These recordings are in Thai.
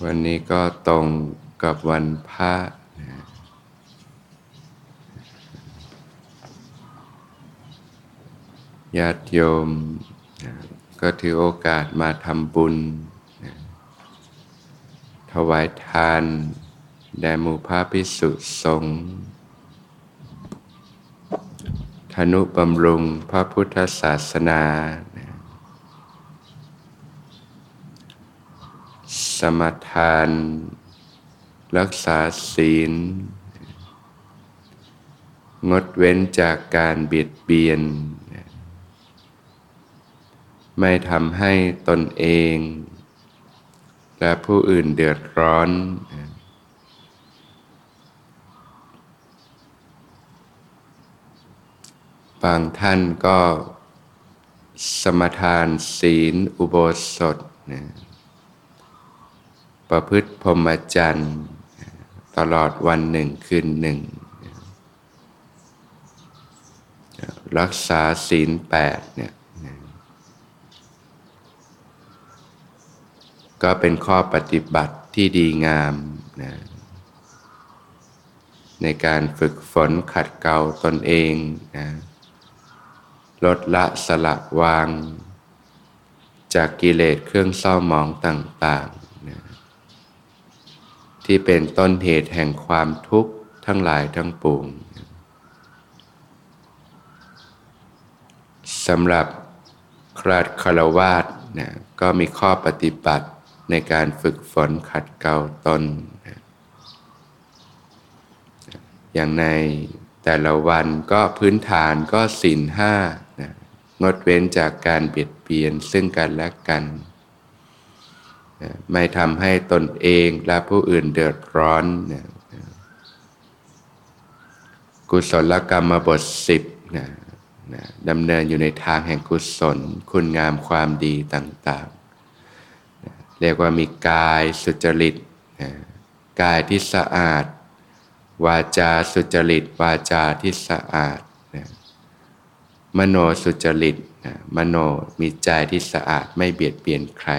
วันนี้ก็ตรงกับวันพระญาติโยมก็ถือโอกาสมาทำบุญถวายทานแด่หมู่พระภิกษุสงฆ์ทนุบำรุงพระพุทธศาสนาสมาทานรักษาศีลงดเว้นจากการเบียดเบียนไม่ทำให้ตนเองและผู้อื่นเดือดร้อนบางท่านก็สมาทานศีลอุโบสถประพฤติพรหมจรรย์ตลอดวันหนึ่งคืนหนึ่งรักษาศีล8เนี่ยก็เป็นข้อปฏิบัติที่ดีงามนะในการฝึกฝนขัดเกลาตนเองนะลดละสละวางจากกิเลสเครื่องเศร้าหมองต่างๆนะที่เป็นต้นเหตุแห่งความทุกข์ทั้งหลายทั้งปวงสำหรับฆราวาสนะก็มีข้อปฏิบัติในการฝึกฝนขัดเกลาตนนะอย่างในแต่ละวันก็พื้นฐานก็ศีล5นะงดเว้นจากการเบียดเบียนซึ่งกันและกันนะไม่ทำให้ตนเองและผู้อื่นเดือดร้อนนะกุศลกรรมบท10นะดำเนินอยู่ในทางแห่งกุศลคุณงามความดีต่างๆเรียกว่ามีกายสุจริตกายที่สะอาดวาจาสุจริตวาจาที่สะอาดมโนสุจริตมโนมีใจที่สะอาดไม่เบียดเบียนใคร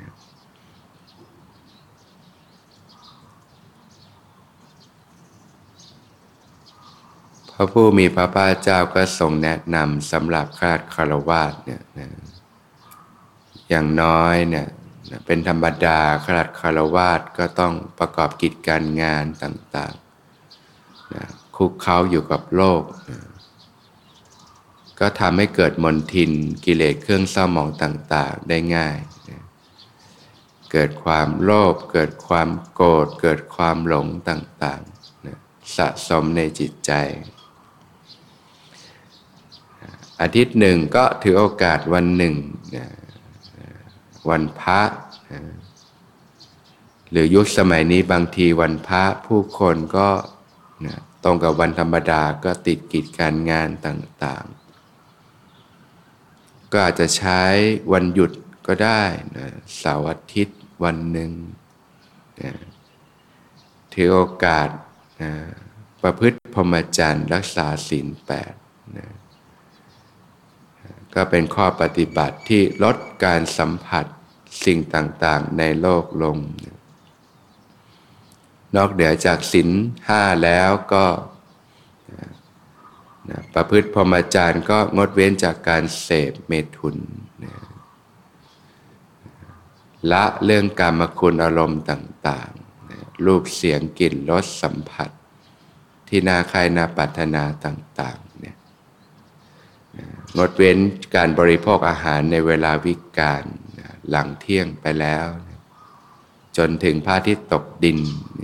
พระผู้มีพระภาคเจ้าก็ทรงแนะนำสำหรับฆราวาสเนี่ยอย่างน้อยเนี่ยเป็นธรรมดาฆราวาสก็ต้องประกอบกิจการงานต่างๆคุกเค้าอยู่กับโลกก็ทำให้เกิดมลทินกิเลสเครื่องเศร้าหมองต่างๆได้ง่ายเกิดความโลภเกิดความโกรธเกิดความหลงต่างๆสะสมในจิตใจอาทิตย์หนึ่งก็ถือโอกาสวันหนึ่งวันพระหรือยุคสมัยนี้บางทีวันพระผู้คนก็ตรงกับวันธรรมดาก็ติดกิจการงานต่างๆก็อาจจะใช้วันหยุดก็ได้เสาร์อาทิตย์วันหนึ่งถือโอกาสประพฤติพรหมจรรย์รักษาศีล8ก็เป็นข้อปฏิบัติที่ลดการสัมผัสสิ่งต่างๆในโลกลงนอกเหนือจากศีล5แล้วก็ประพฤติพรหมจรรย์ก็งดเว้นจากการเสพเมถุนละเรื่องกามคุณอารมณ์ต่างๆรูปเสียงกลิ่นรสสัมผัสที่น่าใคร่น่าปรารถนาต่างๆงดเว้นการบริโภคอาหารในเวลาวิกาลหลังเที่ยงไปแล้วจนถึงพระอาทิตย์ตกดิน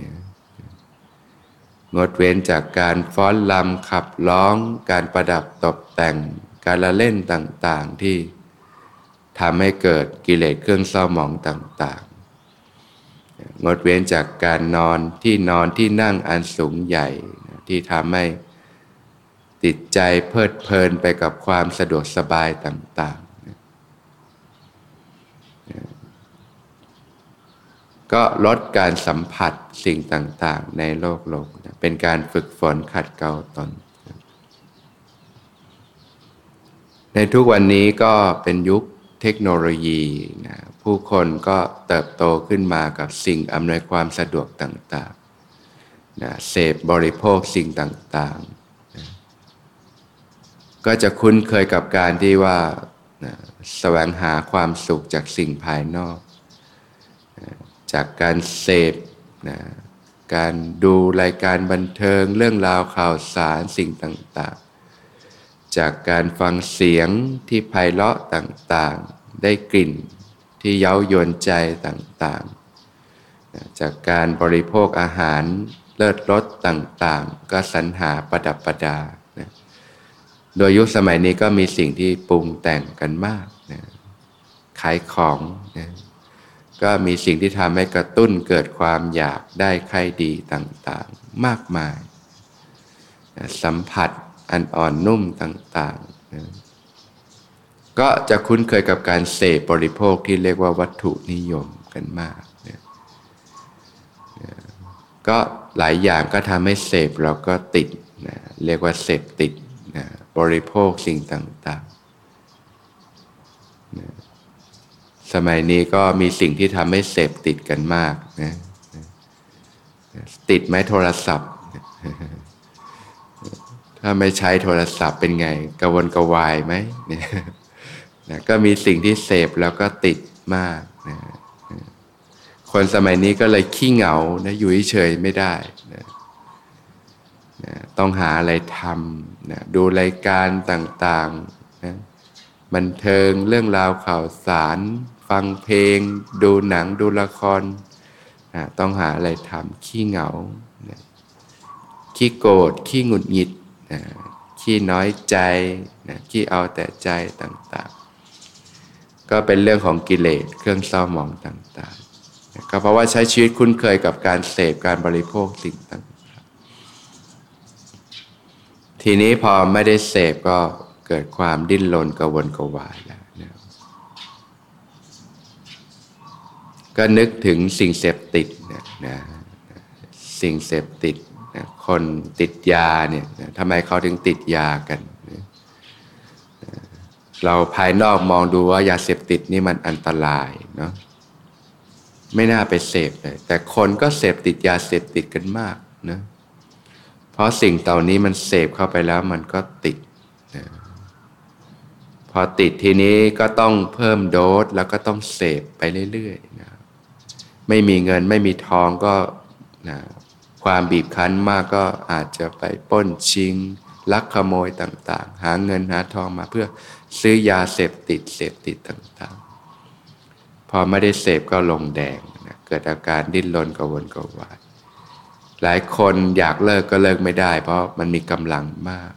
งดเว้นจากการฟ้อนรำขับร้องการประดับตกแต่งการละเล่นต่างๆที่ทำให้เกิดกิเลสเครื่องเศร้าหมองต่างๆงดเว้นจากการนอนที่นั่งอันสูงใหญ่ที่ทำให้ติดใจเพลิดเพลินไปกับความสะดวกสบายต่างๆก็ลดการสัมผัสสิ่งต่างๆในโลกเป็นการฝึกฝนขัดเกลาตนในทุกวันนี้ก็เป็นยุคเทคโนโลยีผู้คนก็เติบโตขึ้นมากับสิ่งอำนวยความสะดวกต่างๆนะเสพบริโภคสิ่งต่างๆนะก็จะคุ้นเคยกับการที่ว่านะแสวงหาความสุขจากสิ่งภายนอกนะจากการเสพนะการดูรายการบันเทิงเรื่องราวข่าวสารสิ่งต่างๆจากการฟังเสียงที่ไพเราะต่างๆได้กลิ่นที่เย้ายวนใจต่างๆจากการบริโภคอาหารเลิศรสต่างๆก็สรรหาประดับประดานะโดยยุคสมัยนี้ก็มีสิ่งที่ปรุงแต่งกันมากนะขายของนะก็มีสิ่งที่ทำให้กระตุ้นเกิดความอยากได้ใครดีต่างๆมากมายนะสัมผัสอันอ่อนนุ่มต่างๆนะก็จะคุ้นเคยกับการเสพบริโภคที่เรียกว่าวัตถุนิยมกันมากนะก็หลายอย่างก็ทำให้เสพเราก็ติดนะเรียกว่าเสพติดนะบริโภคสิ่งต่างๆนะสมัยนี้ก็มีสิ่งที่ทำให้เสพติดกันมากนะติดไหมโทรศัพท์ถ้าไม่ใช้โทรศัพท์เป็นไงกระวนกระวายไหมเนี่ยนะก็มีสิ่งที่เสพแล้วก็ติดมากนะคนสมัยนี้ก็เลยขี้เหงานะอยู่เฉยๆไม่ได้นะต้องหาอะไรทำนะดูรายการต่างๆนะบันเทิงเรื่องราวข่าวสารฟังเพลงดูหนังดูละครนะต้องหาอะไรทำขี้เหงานะขี้โกรธขี้หงุดหงิดนะขี้น้อยใจนะขี้เอาแต่ใจต่างๆก็เป็นเรื่องของกิเลสเครื่องเศร้าหมองต่างๆนะก็เพราะว่าใช้ชีวิตคุ้นเคยกับการเสพการบริโภคสิ่งต่างๆทีนี้พอไม่ได้เสพก็เกิดความดิ้นรนกระวนกระวายแล้วนะก็นึกถึงสิ่งเสพติดนะสิ่งเสพติดนะคนติดยาเนี่ยนะทำไมเขาถึงติดยากันนะเราภายนอกมองดูว่ายาเสพติดนี่มันอันตรายเนาะไม่น่าไปเสพเลยแต่คนก็เสพติดยาเสพติดกันมากนะเพราะสิ่งเหล่านี้มันเสพเข้าไปแล้วมันก็ติดนะพอติดทีนี้ก็ต้องเพิ่มโดสแล้วก็ต้องเสพไปเรื่อยๆนะไม่มีเงินไม่มีทองก็นะความบีบคั้นมากก็อาจจะไปปล้นชิงลักขโมยต่างๆหาเงินหาทองมาเพื่อซื้อยาเสพติดต่างๆพอไม่ได้เสพก็ลงแดงนะเกิดอาการดิ้นรนกระวนกระวายหลายคนอยากเลิกก็เลิกไม่ได้เพราะมันมีกำลังมาก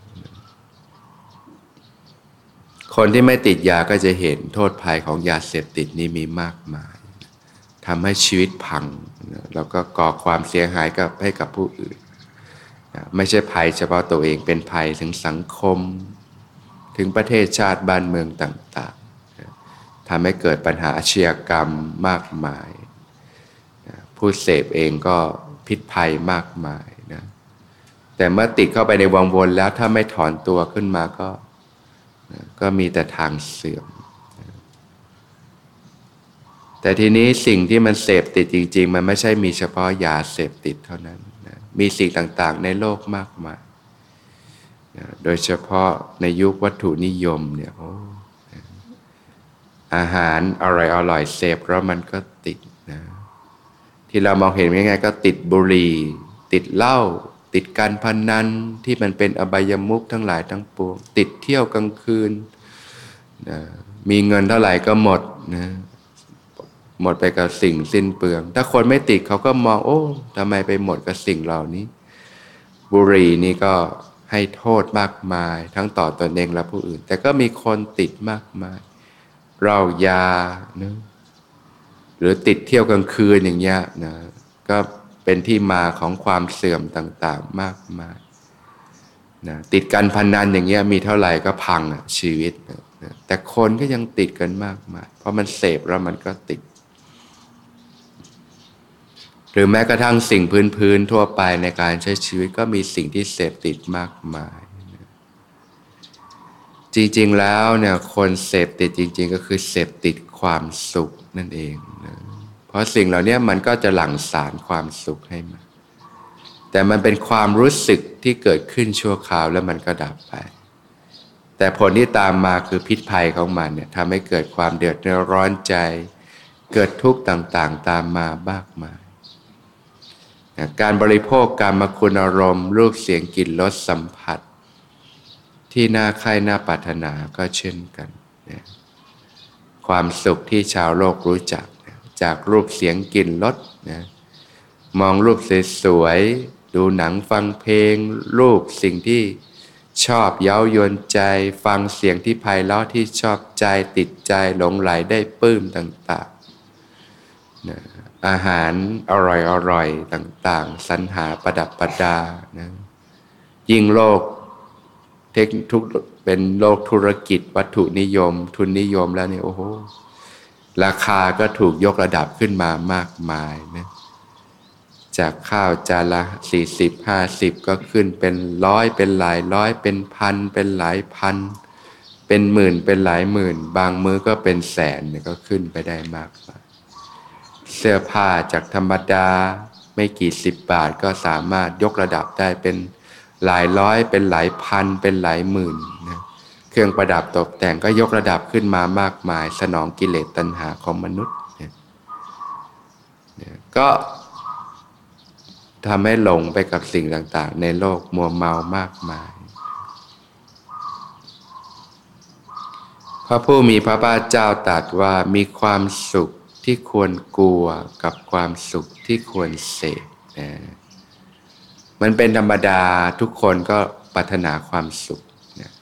คนที่ไม่ติดยาก็จะเห็นโทษภัยของยาเสพติดนี้มีมากมายทำให้ชีวิตพังแล้วก็ก่อความเสียหายให้กับผู้อื่นไม่ใช่ภัยเฉพาะตัวเองเป็นภัยถึงสังคมถึงประเทศชาติบ้านเมืองต่างๆทำให้เกิดปัญหาอาชญากรรมมากมายผู้เสพเองก็พิษภัยมากมายนะแต่เมื่อติดเข้าไปในวังวนแล้วถ้าไม่ถอนตัวขึ้นมาก็มีแต่ทางเสื่อมแต่ทีนี้สิ่งที่มันเสพติดจริงๆมันไม่ใช่มีเฉพาะยาเสพติดเท่านั้นนะมีสิ่งต่างๆในโลกมากมายนะโดยเฉพาะในยุควัตถุนิยมเนี่ยอาหารอร่อยๆเสพแล้วมันก็ติดนะที่เรามองเห็นง่ายๆก็ติดบุหรี่ติดเหล้าติดการพนันที่มันเป็นอบายมุขทั้งหลายทั้งปวงติดเที่ยวกลางคืนนะมีเงินเท่าไหร่ก็หมดนะหมดไปกับสิ่งสิ้นเปลืองถ้าคนไม่ติดเขาก็มองโอ้ทำไมไปหมดกับสิ่งเหล่านี้บุหรี่นี่ก็ให้โทษมากมายทั้งต่อตนเองและผู้อื่นแต่ก็มีคนติดมากมายเหล้ายานะหรือติดเที่ยวกลางคืนอย่างเงี้ยนะก็เป็นที่มาของความเสื่อมต่างๆมากมายนะติดการพนันอย่างเงี้ยมีเท่าไหร่ก็พังชีวิตนะแต่คนก็ยังติดกันมากมายเพราะมันเสพแล้วมันก็ติดหรือแม้กระทั่งสิ่งพื้นๆทั่วไปในการใช้ชีวิตก็มีสิ่งที่เสพติดมากมายนะจริงๆแล้วเนี่ยคนเสพติดจริงๆก็คือเสพติดความสุขนั่นเองนะเพราะสิ่งเหล่านี้มันก็จะหลั่งสารความสุขให้มาแต่มันเป็นความรู้สึกที่เกิดขึ้นชั่วคราวแล้วมันก็ดับไปแต่ผลที่ตามมาคือพิษภัยของมันเนี่ยทำให้เกิดความเดือดร้อนใจเกิดทุกข์ต่างๆตามมามากมายการบริโภคกามคุณอารมณ์รูปเสียงกลิ่นรสสัมผัสที่น่าใคร่น่าปรารถนาก็เช่นกันนะความสุขที่ชาวโลกรู้จักนะจากรูปเสียงกลิ่นรสนะมองรูปสวยๆดูหนังฟังเพลงรูปสิ่งที่ชอบเย้ายวนใจฟังเสียงที่ไพเราะที่ชอบใจติดใจหลงไหลได้ปลื้มต่างๆนะอาหารอร่อยๆต่างๆสรรหาประดับประดานะยิ่งโลกเป็นโลกธุรกิจวัตถุนิยมทุนนิยมแล้วเนี่ยโอ้โหราคาก็ถูกยกระดับขึ้นมามากมายนะจากข้าวจานละ40-50ก็ขึ้นเป็น100เป็นหลายร้อยเป็นพันเป็นหลายพันเป็นหมื่นเป็นหลายหมื่นบางมื้อก็เป็นแสนเนี่ยก็ขึ้นไปได้มากมายเสื้อผ้าจากธรรมดาไม่กี่10 บาทก็สามารถยกระดับได้เป็นหลายร้อยเป็นหลายพันเป็นหลายหมื่นนะเครื่องประดับตกแต่งก็ยกระดับขึ้นมามากมายสนองกิเลสตัณหาของมนุษย์เนี่ยก็ทำให้หลงไปกับสิ่งต่างๆในโลกมัวเมามากมายพระผู้มีพระภาคเจ้าตรัสว่ามีความสุขที่ควรกลัวกับความสุขที่ควรเสพนะมันเป็นธรรมดาทุกคนก็ปรารถนาความสุขนะ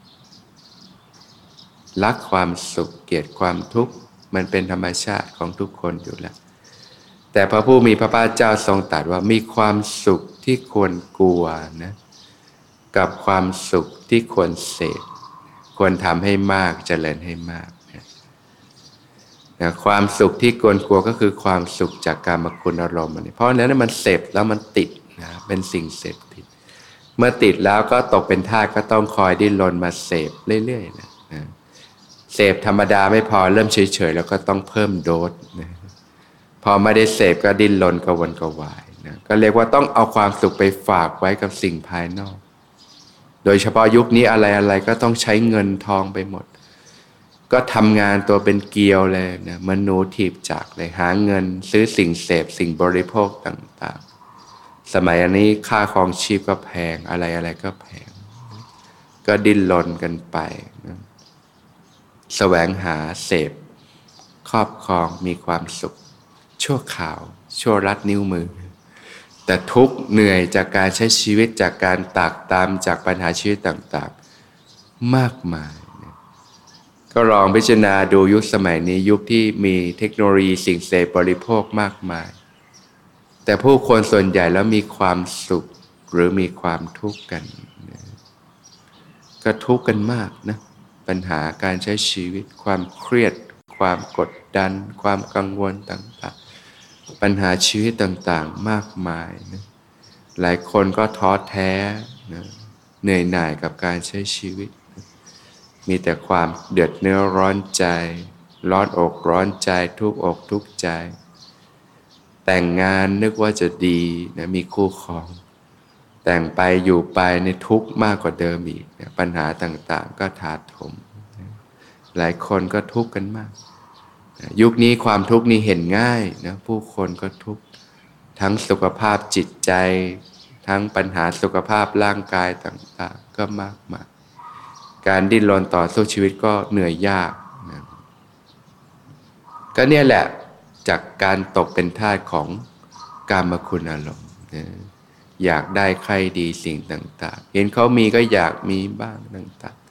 รักความสุขเกลียดความทุกข์มันเป็นธรรมชาติของทุกคนอยู่แล้วแต่พระผู้มีพระภาคเจ้าทรงตรัสว่ามีความสุขที่ควรกลัวนะกับความสุขที่ควรเสพควรทำให้มากเจริญให้มากนะความสุขที่ควรกลัวก็คือความสุขจากกามคุณอารมณ์เพราะฉะนั้นมันเสพแล้วมันติดนะเป็นสิ่งเสพติดเมื่อติดแล้วก็ตกเป็นทาสก็ต้องคอยดิ้นรนมาเสพเรื่อยๆนะเสพธรรมดาไม่พอเริ่มเฉยๆแล้วก็ต้องเพิ่มโดสนะพอไม่ได้เสพก็ดิ้นรนกระวนกระวายนะก็เรียกว่าต้องเอาความสุขไปฝากไว้กับสิ่งภายนอกโดยเฉพาะยุคนี้อะไรๆก็ต้องใช้เงินทองไปหมดก็ทำงานตัวเป็นเกลียวเลยนะมโนถีบจักรเลยหาเงินซื้อสิ่งเสพสิ่งบริโภคต่างๆสมัยนี้ค่าครองชีพก็แพงอะไรก็แพงก็ดิ้นรนกันไปนะแสวงหาเสพครอบครองมีความสุขชั่วคราวชั่วรัดนิ้วมือแต่ทุกข์เหนื่อยจากการใช้ชีวิตจากการตากตามจากปัญหาชีวิตต่างๆมากมายนะก็ลองพิจารณาดูยุคสมัยนี้ยุคที่มีเทคโนโลยีสิ่งเสพบริโภคมากมายแต่ผู้คนส่วนใหญ่แล้วมีความสุขหรือมีความทุกข์กันนะก็ทุกข์กันมากนะปัญหาการใช้ชีวิตความเครียดความกดดันความกังวลต่างๆปัญหาชีวิตต่างๆมากมายนะหลายคนก็ท้อแท้นะเหนื่อยหน่ายกับการใช้ชีวิตนะมีแต่ความเดือดเนื้อร้อนใจร้อนอกร้อนใจทุกอกทุกใจแต่งงานนึกว่าจะดีนะมีคู่ครองแต่งไปอยู่ไปในทุกข์มากกว่าเดิมอีกนะปัญหาต่างๆก็ถาโถมนะหลายคนก็ทุกข์กันมากนะยุคนี้ความทุกข์นี้เห็นง่ายนะผู้คนก็ทุกข์ทั้งสุขภาพจิตใจทั้งปัญหาสุขภาพร่างกายต่างๆก็มากมายการดิ้นรนต่อสู้ชีวิตก็เหนื่อยยากนะก็เนี่ยแหละจากการตกเป็นทาสของกามคุณอารมณ์นะอยากได้ใครดีสิ่งต่างๆเห็นเขามีก็อยากมีบ้างต่าง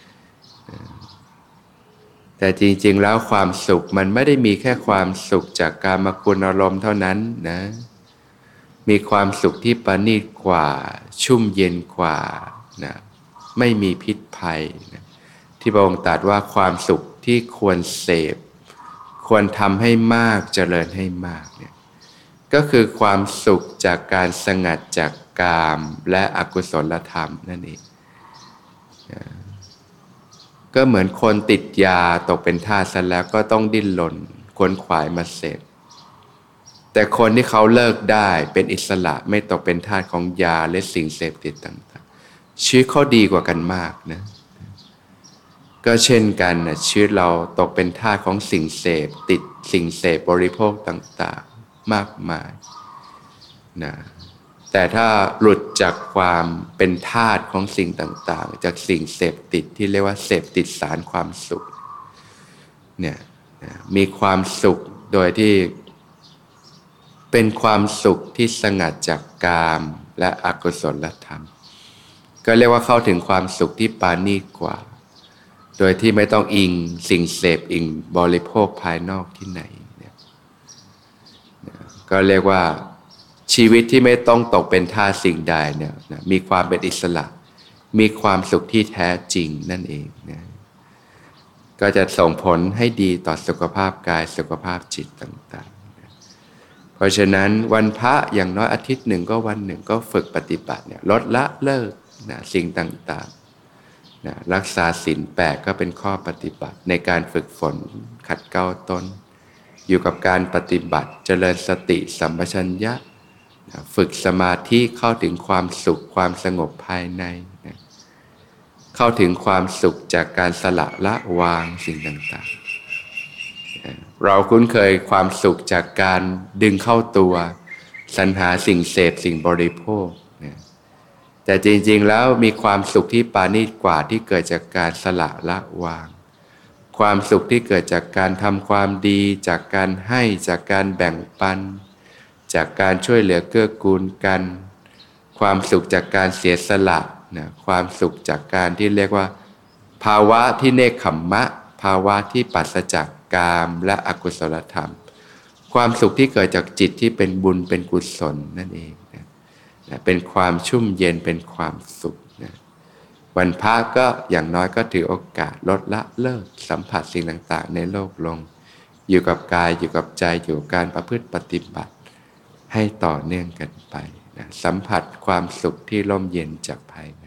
ๆแต่จริงๆแล้วความสุขมันไม่ได้มีแค่ความสุขจากกามคุณอารมณ์เท่านั้นนะมีความสุขที่ประณีตกว่าชุ่มเย็นกว่านะไม่มีพิษภัยนะที่พระองค์ตรัสว่าความสุขที่ควรเสพควรทำให้มากเจริญให้มากเนี่ยก็คือความสุขจากการสงัดจากกามและอกุศลธรรมนั่นเองก็เหมือนคนติดยาตกเป็นทาสซะแล้วก็ต้องดิ้นรนขวนขวายมาเสพแต่คนที่เขาเลิกได้เป็นอิสระไม่ตกเป็นทาสของยาและสิ่งเสพติดต่างๆชีวิตเขาดีกว่ากันมากนะก็เช่นกันนะชีวิตเราตกเป็นทาสของสิ่งเสพติดสิ่งเสพบริโภคต่างๆมากมายนะแต่ถ้าหลุดจากความเป็นทาสของสิ่งต่างๆจากสิ่งเสพติดที่เรียกว่าเสพติดสารความสุขเนี่ยมีความสุขโดยที่เป็นความสุขที่สงัดจากกามและอกุศลธรรมก็เรียกว่าเข้าถึงความสุขที่ปราณีตกว่าโดยที่ไม่ต้องอิงสิ่งเสพอิงบริโภคภายนอกที่ไหนเนี่ยก็เรียกว่าชีวิตที่ไม่ต้องตกเป็นทาสสิ่งใดเนี่ยมีความเป็นอิสระมีความสุขที่แท้จริงนั่นเองนะก็จะส่งผลให้ดีต่อสุขภาพกายสุขภาพจิตต่างๆนะเพราะฉะนั้นวันพระอย่างน้อยอาทิตย์หนึ่งก็วันหนึ่งก็ฝึกปฏิบัติเนี่ยลดละเลิกนะสิ่งต่างๆนะรักษาศีล8ก็เป็นข้อปฏิบัติในการฝึกฝนขัดเกลาตนอยู่กับการปฏิบัติเจริญสติสัมปชัญญะฝึกสมาธิเข้าถึงความสุขความสงบภายในนะเข้าถึงความสุขจากการสละละวางสิ่งต่างๆเราคุ้นเคยความสุขจากการดึงเข้าตัวสรรหาสิ่งเสพสิ่งบริโภคนะแต่จริงๆแล้วมีความสุขที่ปราณีตกว่าที่เกิดจากการสละละวางความสุขที่เกิดจากการทำความดีจากการให้จากการแบ่งปันจากการช่วยเหลือเกื้อกูลกันความสุขจากการเสียสละนะความสุขจากการที่เรียกว่าภาวะที่เนกขัมมะภาวะที่ปราศจากกามและอกุศลธรรมความสุขที่เกิดจากจิตที่เป็นบุญเป็นกุศลนั่นเองนะเป็นความชุ่มเย็นเป็นความสุขนะวันพระก็อย่างน้อยก็ถือโอกาสลดละเลิกสัมผัสสิ่งต่างๆในโลกลงอยู่กับกายอยู่กับใจอยู่กับการประพฤติปฏิบัติให้ต่อเนื่องกันไปนะสัมผัสความสุขที่ร่มเย็นจากภายใน